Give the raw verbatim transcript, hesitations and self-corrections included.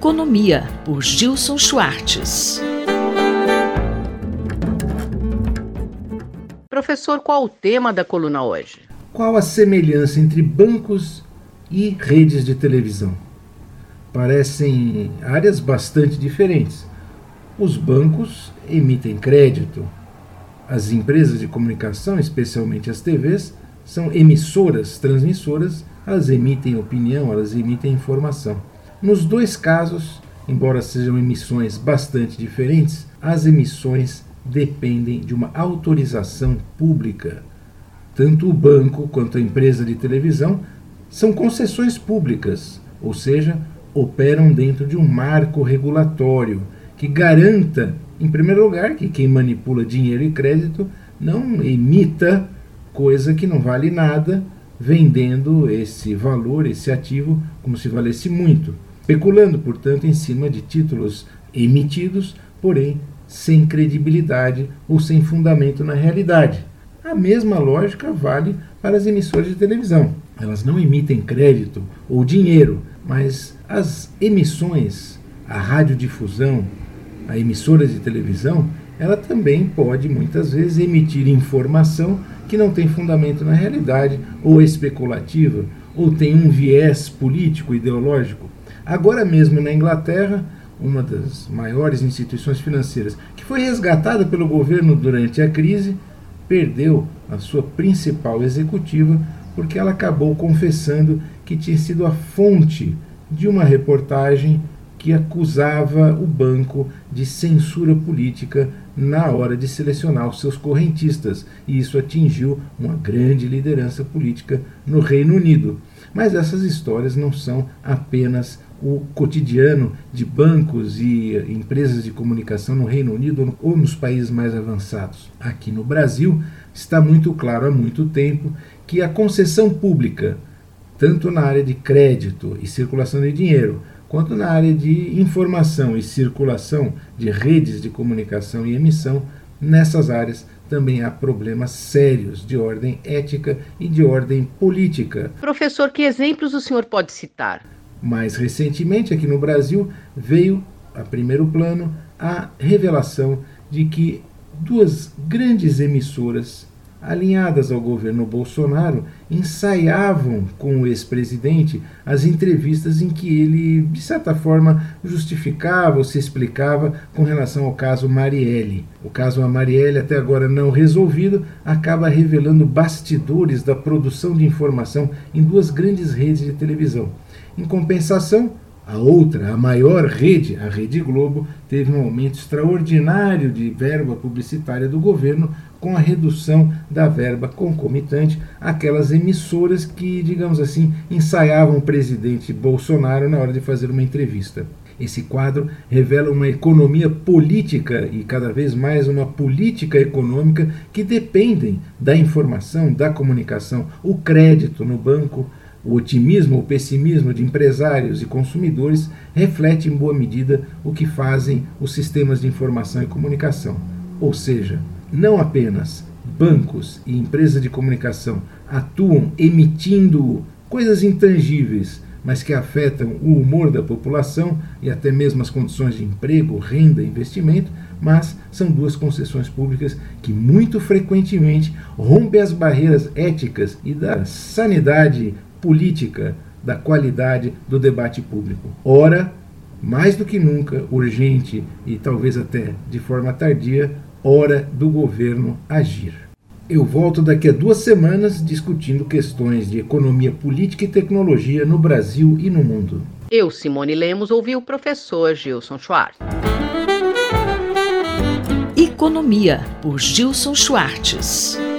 Economia, por Gilson Schwartz. Professor, qual o tema da coluna hoje? Qual a semelhança entre bancos e redes de televisão? Parecem áreas bastante diferentes. Os bancos emitem crédito. As empresas de comunicação, especialmente as T Vs, são emissoras, transmissoras, elas emitem opinião, elas emitem informação. Nos dois casos, embora sejam emissões bastante diferentes, as emissões dependem de uma autorização pública. Tanto o banco quanto a empresa de televisão são concessões públicas, ou seja, operam dentro de um marco regulatório que garanta, em primeiro lugar, que quem manipula dinheiro e crédito não emita coisa que não vale nada, vendendo esse valor, esse ativo, como se valesse muito, especulando, portanto, em cima de títulos emitidos, porém sem credibilidade ou sem fundamento na realidade. A mesma lógica vale para as emissoras de televisão. Elas não emitem crédito ou dinheiro, mas as emissões, a radiodifusão, a emissora de televisão, ela também pode muitas vezes emitir informação que não tem fundamento na realidade, ou é especulativa, ou tem um viés político, ideológico. Agora mesmo na Inglaterra, uma das maiores instituições financeiras, que foi resgatada pelo governo durante a crise, perdeu a sua principal executiva porque ela acabou confessando que tinha sido a fonte de uma reportagem que acusava o banco de censura política na hora de selecionar os seus correntistas, e isso atingiu uma grande liderança política no Reino Unido. Mas essas histórias não são apenas o cotidiano de bancos e empresas de comunicação no Reino Unido ou nos países mais avançados. Aqui no Brasil está muito claro há muito tempo que a concessão pública, tanto na área de crédito e circulação de dinheiro, quanto na área de informação e circulação de redes de comunicação e emissão, nessas áreas também há problemas sérios de ordem ética e de ordem política. Professor, que exemplos o senhor pode citar? Mais recentemente, aqui no Brasil, veio a primeiro plano a revelação de que duas grandes emissoras alinhadas ao governo Bolsonaro ensaiavam com o ex-presidente as entrevistas em que ele, de certa forma, justificava ou se explicava com relação ao caso Marielle. O caso Marielle, até agora não resolvido, acaba revelando bastidores da produção de informação em duas grandes redes de televisão. Em compensação, a outra, a maior rede, a Rede Globo, teve um aumento extraordinário de verba publicitária do governo, com a redução da verba concomitante àquelas emissoras que, digamos assim, ensaiavam o presidente Bolsonaro na hora de fazer uma entrevista. Esse quadro revela uma economia política e cada vez mais uma política econômica que dependem da informação, da comunicação, o crédito no banco. O otimismo ou pessimismo de empresários e consumidores reflete em boa medida o que fazem os sistemas de informação e comunicação. Ou seja, não apenas bancos e empresas de comunicação atuam emitindo coisas intangíveis, mas que afetam o humor da população e até mesmo as condições de emprego, renda, investimento, mas são duas concessões públicas que muito frequentemente rompem as barreiras éticas e da sanidade política, da qualidade do debate público. Ora, mais do que nunca, urgente e talvez até de forma tardia, hora do governo agir. Eu volto daqui a duas semanas discutindo questões de economia política e tecnologia no Brasil e no mundo. Eu, Simone Lemos, ouvi o professor Gilson Schwartz. Economia, por Gilson Schwartz.